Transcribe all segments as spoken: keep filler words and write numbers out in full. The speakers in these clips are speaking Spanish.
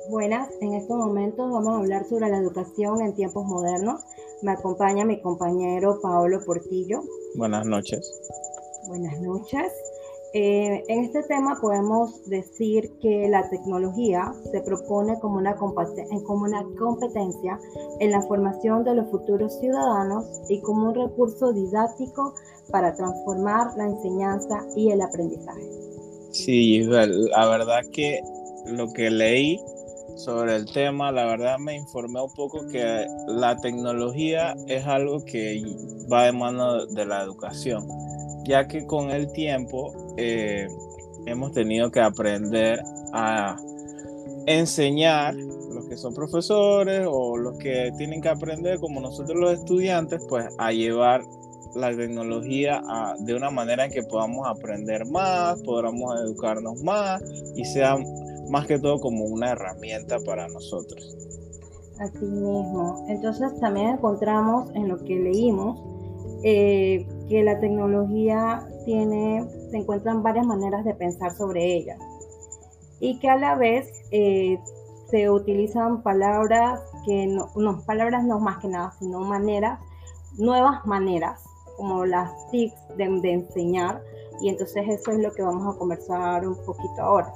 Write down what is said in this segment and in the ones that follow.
Buenas, en estos momentos vamos a hablar sobre la educación en tiempos modernos. Me acompaña mi compañero Paolo Portillo. Buenas noches. Buenas noches. Eh, en este tema podemos decir que la tecnología se propone como una, como una competencia en la formación de los futuros ciudadanos y como un recurso didáctico para transformar la enseñanza y el aprendizaje. Sí, la verdad que lo que leí sobre el tema, la verdad me informé un poco que la tecnología es algo que va de mano de la educación, ya que con el tiempo eh, hemos tenido que aprender a enseñar, los que son profesores o los que tienen que aprender como nosotros los estudiantes, pues a llevar la tecnología a, de una manera en que podamos aprender más, podamos educarnos más y sea más que todo como una herramienta para nosotros. Así mismo. Entonces también encontramos en lo que leímos eh, que la tecnología tiene, se encuentran varias maneras de pensar sobre ella y que a la vez eh, se utilizan palabras que no, no, palabras no más que nada, sino maneras, nuevas maneras, como las T I Cs de, de enseñar, y entonces eso es lo que vamos a conversar un poquito ahora.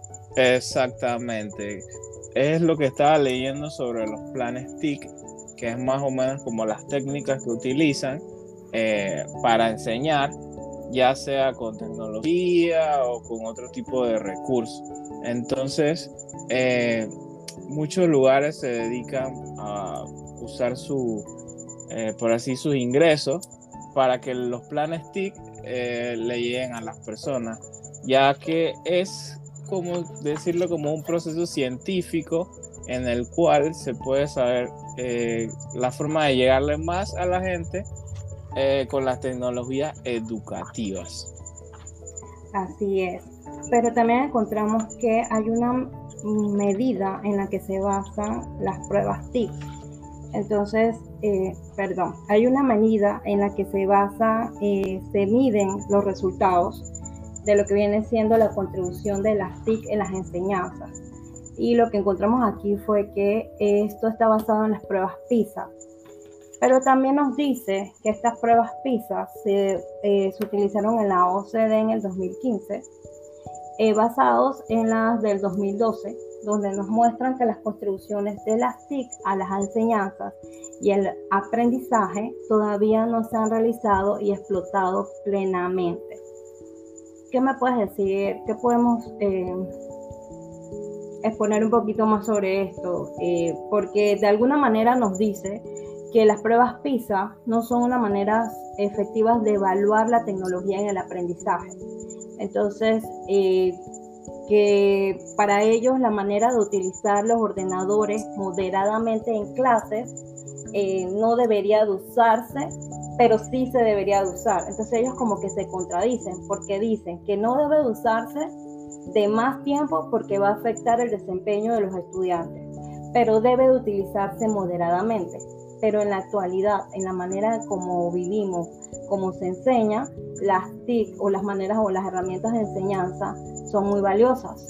Exactamente. Es lo que estaba leyendo sobre los planes T I C, que es más o menos como las técnicas que utilizan eh, para enseñar, ya sea con tecnología o con otro tipo de recursos. Entonces, eh, muchos lugares se dedican a usar su, eh, por así, sus ingresos para que los planes T I C eh, le lleguen a las personas, ya que es como decirlo como un proceso científico en el cual se puede saber eh, la forma de llegarle más a la gente eh, con las tecnologías educativas. Así es, pero también encontramos que hay una medida en la que se basan las pruebas T I C. Entonces, eh, perdón, hay una medida en la que se basa, eh, se miden los resultados de lo que viene siendo la contribución de las T I C en las enseñanzas. Y lo que encontramos aquí fue que esto está basado en las pruebas PISA. Pero también nos dice que estas pruebas PISA se, eh, se utilizaron en la O C D E en el dos mil quince, eh, basados en las del dos mil doce, donde nos muestran que las contribuciones de las T I C a las enseñanzas y el aprendizaje todavía no se han realizado y explotado plenamente. ¿Qué me puedes decir? ¿Qué podemos eh, exponer un poquito más sobre esto? Eh, porque de alguna manera nos dice que las pruebas PISA no son una manera efectiva de evaluar la tecnología en el aprendizaje. Entonces, eh, que para ellos la manera de utilizar los ordenadores moderadamente en clases eh, no debería de usarse, pero sí se debería de usar. Entonces ellos como que se contradicen porque dicen que no debe de usarse de más tiempo porque va a afectar el desempeño de los estudiantes, pero debe de utilizarse moderadamente. Pero en la actualidad, en la manera como vivimos, como se enseña, las T I C o las maneras o las herramientas de enseñanza son muy valiosas.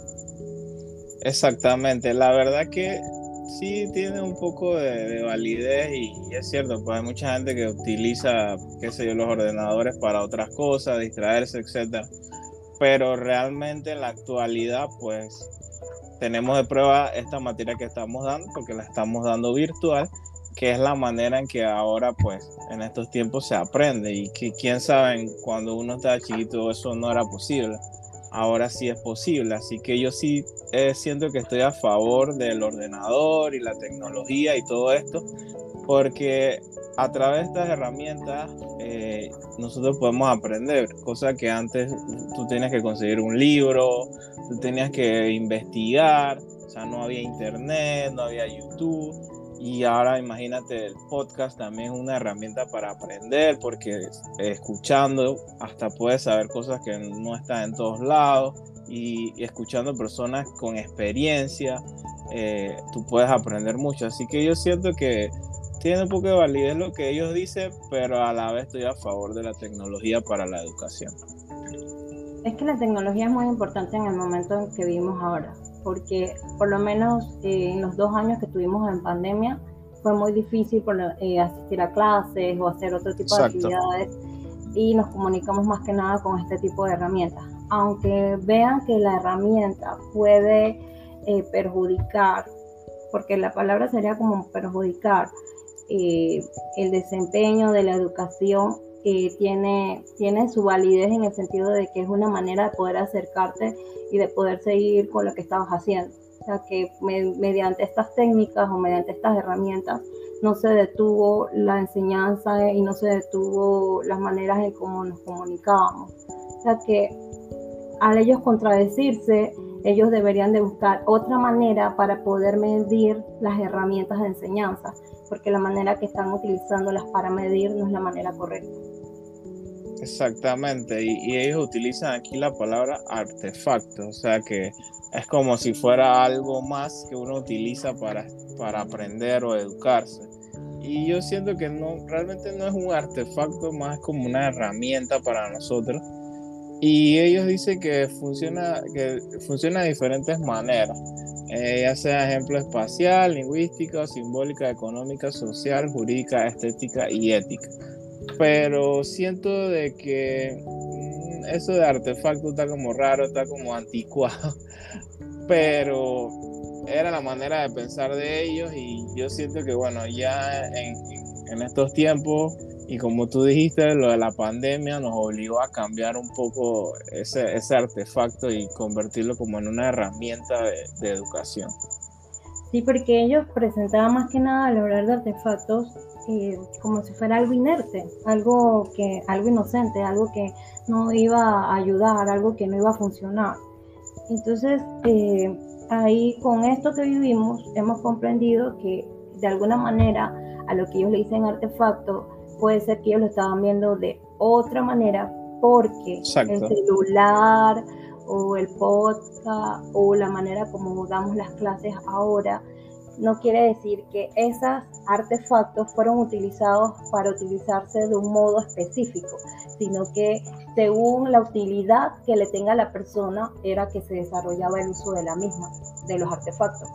Exactamente, la verdad que sí tiene un poco de, de validez y, y es cierto, pues hay mucha gente que utiliza, qué sé yo, los ordenadores para otras cosas, distraerse, etcétera. Pero realmente en la actualidad, pues tenemos de prueba esta materia que estamos dando, porque la estamos dando virtual, que es la manera en que ahora, pues, en estos tiempos se aprende y que quién sabe, cuando uno estaba chiquito eso no era posible. Ahora sí es posible, así que yo sí eh, siento que estoy a favor del ordenador y la tecnología y todo esto, porque a través de estas herramientas eh, nosotros podemos aprender, cosa que antes tú tenías que conseguir un libro, tú tenías que investigar, o sea, no había internet, no había YouTube, y ahora imagínate, el podcast también es una herramienta para aprender, porque escuchando hasta puedes saber cosas que no están en todos lados, y, y escuchando personas con experiencia, eh, tú puedes aprender mucho, así que yo siento que tiene un poco de validez lo que ellos dicen, pero a la vez estoy a favor de la tecnología para la educación. Es que la tecnología es muy importante en el momento en que vivimos ahora. porque por lo menos eh, en los dos años que tuvimos en pandemia fue muy difícil por, eh, asistir a clases o hacer otro tipo de Exacto. actividades, y nos comunicamos más que nada con este tipo de herramientas. Aunque vean que la herramienta puede eh, perjudicar, porque la palabra sería como perjudicar eh, el desempeño de la educación, eh, tiene, tiene su validez en el sentido de que es una manera de poder acercarte y de poder seguir con lo que estabas haciendo. O sea, que me, mediante estas técnicas o mediante estas herramientas no se detuvo la enseñanza y no se detuvo las maneras en cómo nos comunicábamos. O sea, que al ellos contradecirse, ellos deberían de buscar otra manera para poder medir las herramientas de enseñanza, porque la manera que están utilizándolas para medir no es la manera correcta. Exactamente, y, y ellos utilizan aquí la palabra artefacto, o sea que es como si fuera algo más que uno utiliza para, para aprender o educarse. Y yo siento que no, realmente no es un artefacto, más como una herramienta para nosotros. Y ellos dicen que funciona, que funciona de diferentes maneras, eh, ya sea ejemplo espacial, lingüística, simbólica, económica, social, jurídica, estética y ética. Pero siento de que mmm, eso de artefacto está como raro, está como anticuado, pero era la manera de pensar de ellos y yo siento que bueno, ya en, en estos tiempos y como tú dijiste, lo de la pandemia nos obligó a cambiar un poco ese, ese artefacto y convertirlo como en una herramienta de, de educación. Sí, porque ellos presentaban más que nada al hablar de artefactos eh, como si fuera algo inerte, algo que, algo inocente, algo que no iba a ayudar, algo que no iba a funcionar. Entonces, eh, ahí con esto que vivimos, hemos comprendido que de alguna manera a lo que ellos le dicen artefacto, puede ser que ellos lo estaban viendo de otra manera, porque el Exacto. celular o el podcast o la manera como damos las clases ahora, no quiere decir que esos artefactos fueron utilizados para utilizarse de un modo específico, sino que según la utilidad que le tenga la persona era que se desarrollaba el uso de la misma, de los artefactos.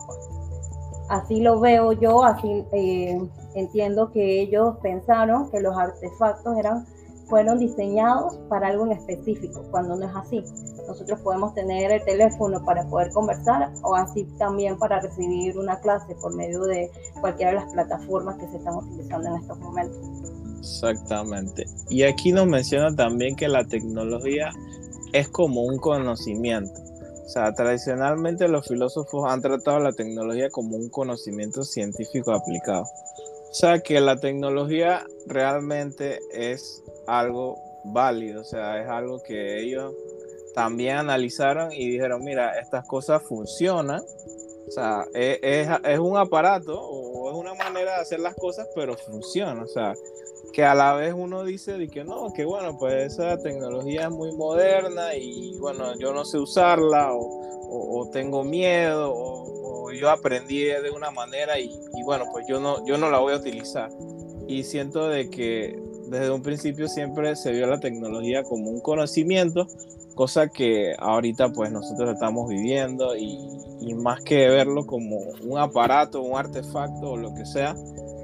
Así lo veo yo, así eh, entiendo que ellos pensaron que los artefactos eran, fueron diseñados para algo en específico, cuando no es así. Nosotros podemos tener el teléfono para poder conversar o así también para recibir una clase por medio de cualquiera de las plataformas que se están utilizando en estos momentos. Exactamente. Y aquí nos menciona también que la tecnología es como un conocimiento. O sea, tradicionalmente los filósofos han tratado la tecnología como un conocimiento científico aplicado. O sea, que la tecnología realmente es algo válido, o sea, es algo que ellos también analizaron y dijeron, mira, estas cosas funcionan, o sea, es, es, es un aparato o es una manera de hacer las cosas, pero funciona, o sea, que a la vez uno dice de que no, que bueno, pues esa tecnología es muy moderna y bueno, yo no sé usarla o, o, o tengo miedo o, o, yo aprendí de una manera y, y bueno, pues yo no, yo no la voy a utilizar. Y siento de que desde un principio siempre se vio la tecnología como un conocimiento, cosa que ahorita pues nosotros estamos viviendo y, y más que verlo como un aparato, un artefacto o lo que sea,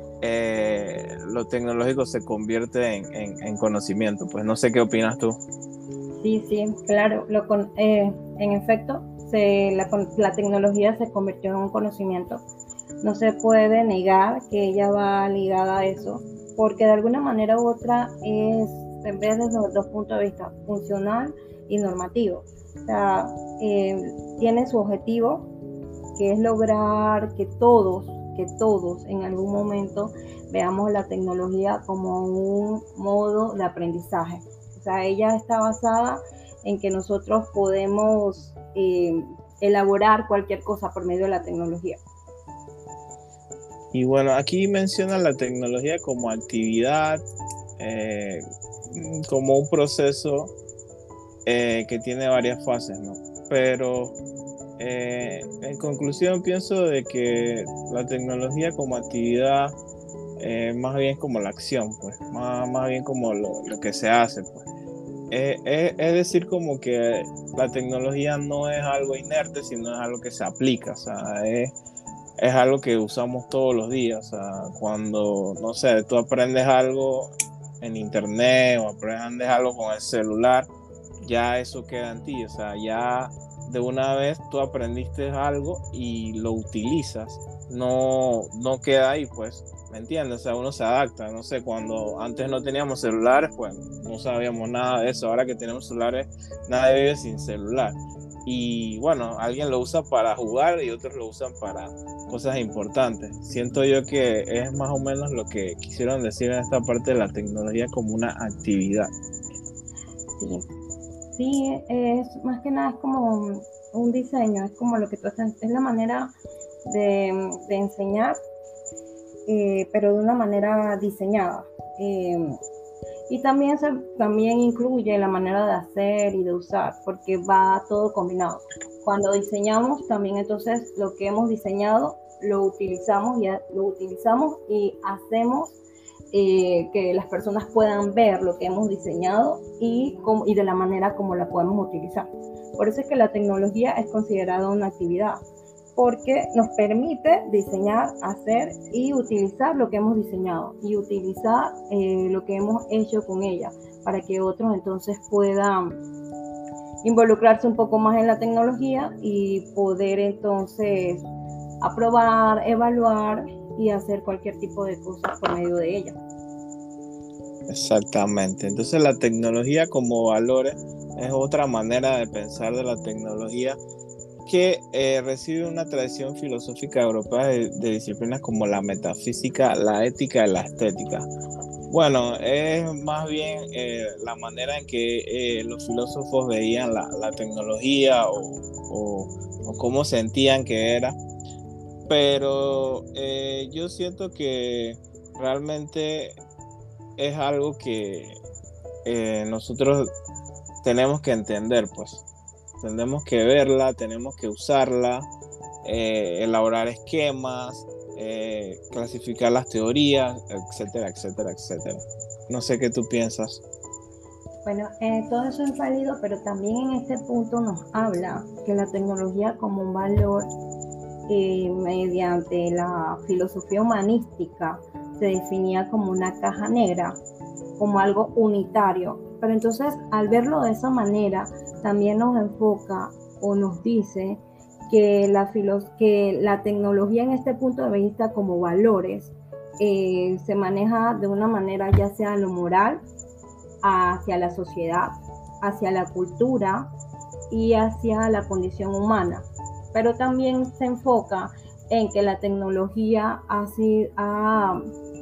eh, lo tecnológico se convierte en, en, en conocimiento. Pues no sé qué opinas tú. Sí, sí, claro. Lo con, eh, en efecto, se, la, la tecnología se convirtió en un conocimiento. No se puede negar que ella va ligada a eso, porque de alguna manera u otra es, en vez desde los dos puntos de vista, funcional y normativo. O sea, eh, tiene su objetivo, que es lograr que todos, que todos en algún momento veamos la tecnología como un modo de aprendizaje. O sea, ella está basada en que nosotros podemos eh, elaborar cualquier cosa por medio de la tecnología. Y bueno, aquí menciona la tecnología como actividad, eh, como un proceso eh, que tiene varias fases, ¿no? Pero eh, en conclusión pienso de que la tecnología como actividad eh, más bien como la acción, pues, más, más bien como lo, lo que se hace, pues. es, es, es decir, como que la tecnología no es algo inerte, sino es algo que se aplica, o sea, es, es algo que usamos todos los días, o sea, cuando, no sé, tú aprendes algo en internet o aprendes algo con el celular, ya eso queda en ti, o sea, ya de una vez tú aprendiste algo y lo utilizas, no, no queda ahí, pues, ¿me entiendes? O sea, uno se adapta, no sé, cuando antes no teníamos celulares, pues no sabíamos nada de eso, ahora que tenemos celulares, nadie vive sin celular. Y bueno, alguien lo usa para jugar y otros lo usan para cosas importantes. Siento yo que es más o menos lo que quisieron decir en esta parte de la tecnología como una actividad. Sí, sí, es más que nada es como un, un diseño, es como lo que tú haces, es la manera de, de enseñar, eh, pero de una manera diseñada. Eh, y también, se, también incluye la manera de hacer y de usar, porque va todo combinado. Cuando diseñamos, también entonces lo que hemos diseñado lo utilizamos y lo utilizamos y hacemos eh, que las personas puedan ver lo que hemos diseñado y, como, y de la manera como la podemos utilizar. Por eso es que la tecnología es considerada una actividad, porque nos permite diseñar, hacer y utilizar lo que hemos diseñado y utilizar eh, lo que hemos hecho con ella para que otros entonces puedan involucrarse un poco más en la tecnología y poder entonces aprobar, evaluar y hacer cualquier tipo de cosas por medio de ella. Exactamente. Entonces la tecnología como valores es otra manera de pensar de la tecnología que eh, recibe una tradición filosófica europea de, de disciplinas como la metafísica, la ética y la estética. Bueno, es más bien eh, la manera en que eh, los filósofos veían la, la tecnología o, o, o cómo sentían que era, pero eh, yo siento que realmente es algo que eh, nosotros tenemos que entender, pues. Tenemos que verla, tenemos que usarla, eh, elaborar esquemas, eh, clasificar las teorías, etcétera, etcétera, etcétera. No sé qué tú piensas. Bueno, eh, todo eso es válido, pero también en este punto nos habla que la tecnología como un valor eh, mediante la filosofía humanística se definía como una caja negra, como algo unitario. Pero entonces, al verlo de esa manera, también nos enfoca o nos dice que la, filos- que la tecnología en este punto de vista como valores eh, se maneja de una manera ya sea lo moral, hacia la sociedad, hacia la cultura y hacia la condición humana. Pero también se enfoca en que la tecnología así ha,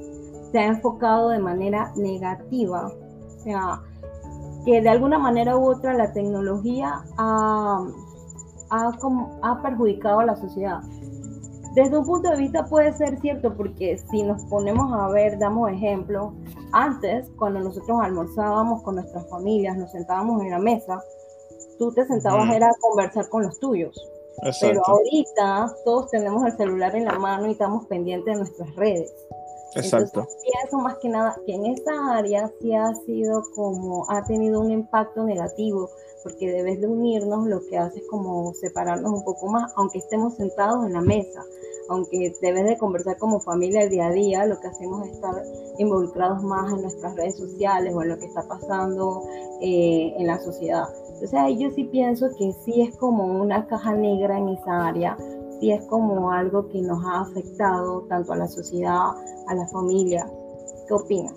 se ha enfocado de manera negativa, o sea, que de alguna manera u otra la tecnología ha, ha, como, ha perjudicado a la sociedad. Desde un punto de vista puede ser cierto, porque si nos ponemos a ver, damos ejemplo, antes cuando nosotros almorzábamos con nuestras familias, nos sentábamos en la mesa, tú te sentabas mm. era a conversar con los tuyos. Exacto. Pero ahorita todos tenemos el celular en la mano y estamos pendientes de nuestras redes. Exacto. Entonces pienso más que nada que en esa área sí ha sido como, ha tenido un impacto negativo, porque debes de unirnos, lo que hace es como separarnos un poco más, aunque estemos sentados en la mesa, aunque debes de conversar como familia el día a día, lo que hacemos es estar involucrados más en nuestras redes sociales o en lo que está pasando eh, en la sociedad. Entonces ahí yo sí pienso que sí es como una caja negra en esa área, sí es como algo que nos ha afectado tanto a la sociedad, a la familia. ¿Qué opinas?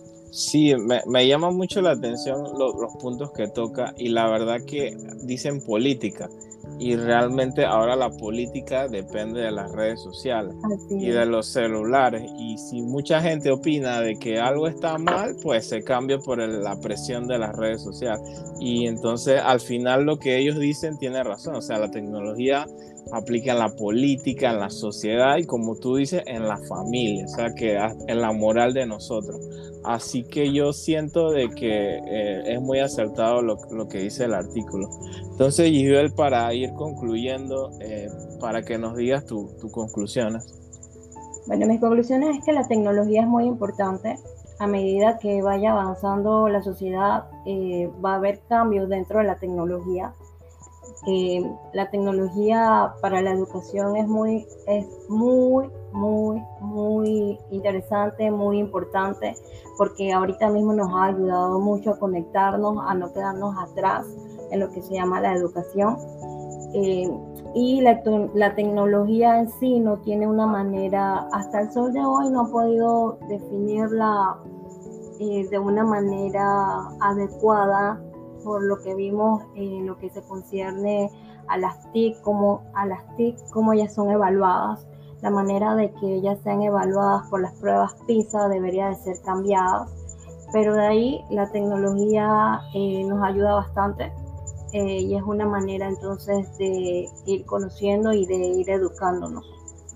Sí, me, me llama mucho la atención lo, los puntos que toca y la verdad que dicen política y realmente ahora la política depende de las redes sociales Así y de los celulares y si mucha gente opina de que algo está mal, pues se cambia por el, la presión de las redes sociales y entonces al final lo que ellos dicen tiene razón, o sea, la tecnología aplica en la política, en la sociedad y como tú dices, en la familia, o sea, que en la moral de nosotros. Así que yo siento de que eh, es muy acertado lo, lo que dice el artículo. Entonces, Gisbel, para ir concluyendo, eh, para que nos digas tus tu conclusiones. Bueno, mis conclusiones es que la tecnología es muy importante, a medida que vaya avanzando la sociedad, eh, va a haber cambios dentro de la tecnología. Eh, la tecnología para la educación es muy, es muy, muy, muy interesante, muy importante, porque ahorita mismo nos ha ayudado mucho a conectarnos, a no quedarnos atrás en lo que se llama la educación. Eh, y la, la tecnología en sí no tiene una manera, hasta el sol de hoy no ha podido definirla eh, de una manera adecuada, por lo que vimos en lo que se concierne a las T I C, como a las T I C, cómo ellas son evaluadas. La manera de que ellas sean evaluadas por las pruebas PISA debería de ser cambiada, pero de ahí la tecnología eh, nos ayuda bastante. Eh, y es una manera entonces de ir conociendo y de ir educándonos.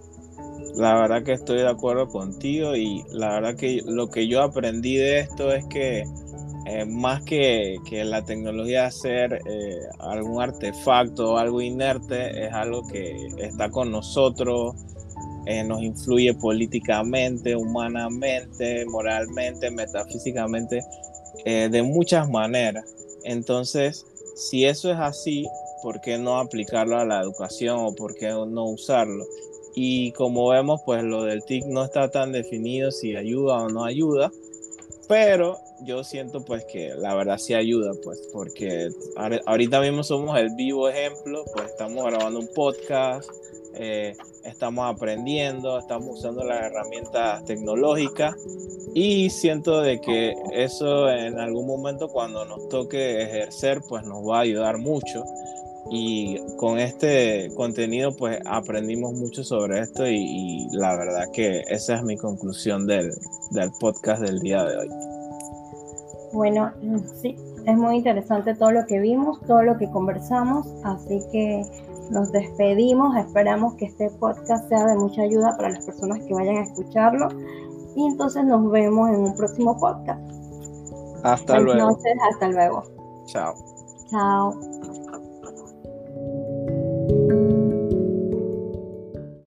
La verdad que estoy de acuerdo contigo y la verdad que lo que yo aprendí de esto es que eh, más que, que la tecnología ser eh, algún artefacto o algo inerte, es algo que está con nosotros, eh, nos influye políticamente, humanamente, moralmente, metafísicamente, eh, de muchas maneras. Entonces, si eso es así, ¿por qué no aplicarlo a la educación o por qué no usarlo? Y como vemos, pues lo del T I C no está tan definido si ayuda o no ayuda, pero yo siento pues que la verdad sí ayuda, pues porque ahorita mismo somos el vivo ejemplo, pues estamos grabando un podcast, eh, estamos aprendiendo, estamos usando las herramientas tecnológicas y siento de que eso en algún momento cuando nos toque ejercer pues nos va a ayudar mucho. Y con este contenido pues aprendimos mucho sobre esto y, y la verdad que esa es mi conclusión del, del podcast del día de hoy. Bueno, sí, es muy interesante todo lo que vimos, todo lo que conversamos, así que nos despedimos, esperamos que este podcast sea de mucha ayuda para las personas que vayan a escucharlo y entonces nos vemos en un próximo podcast. Hasta luego. Entonces, hasta luego. Chao. Chao.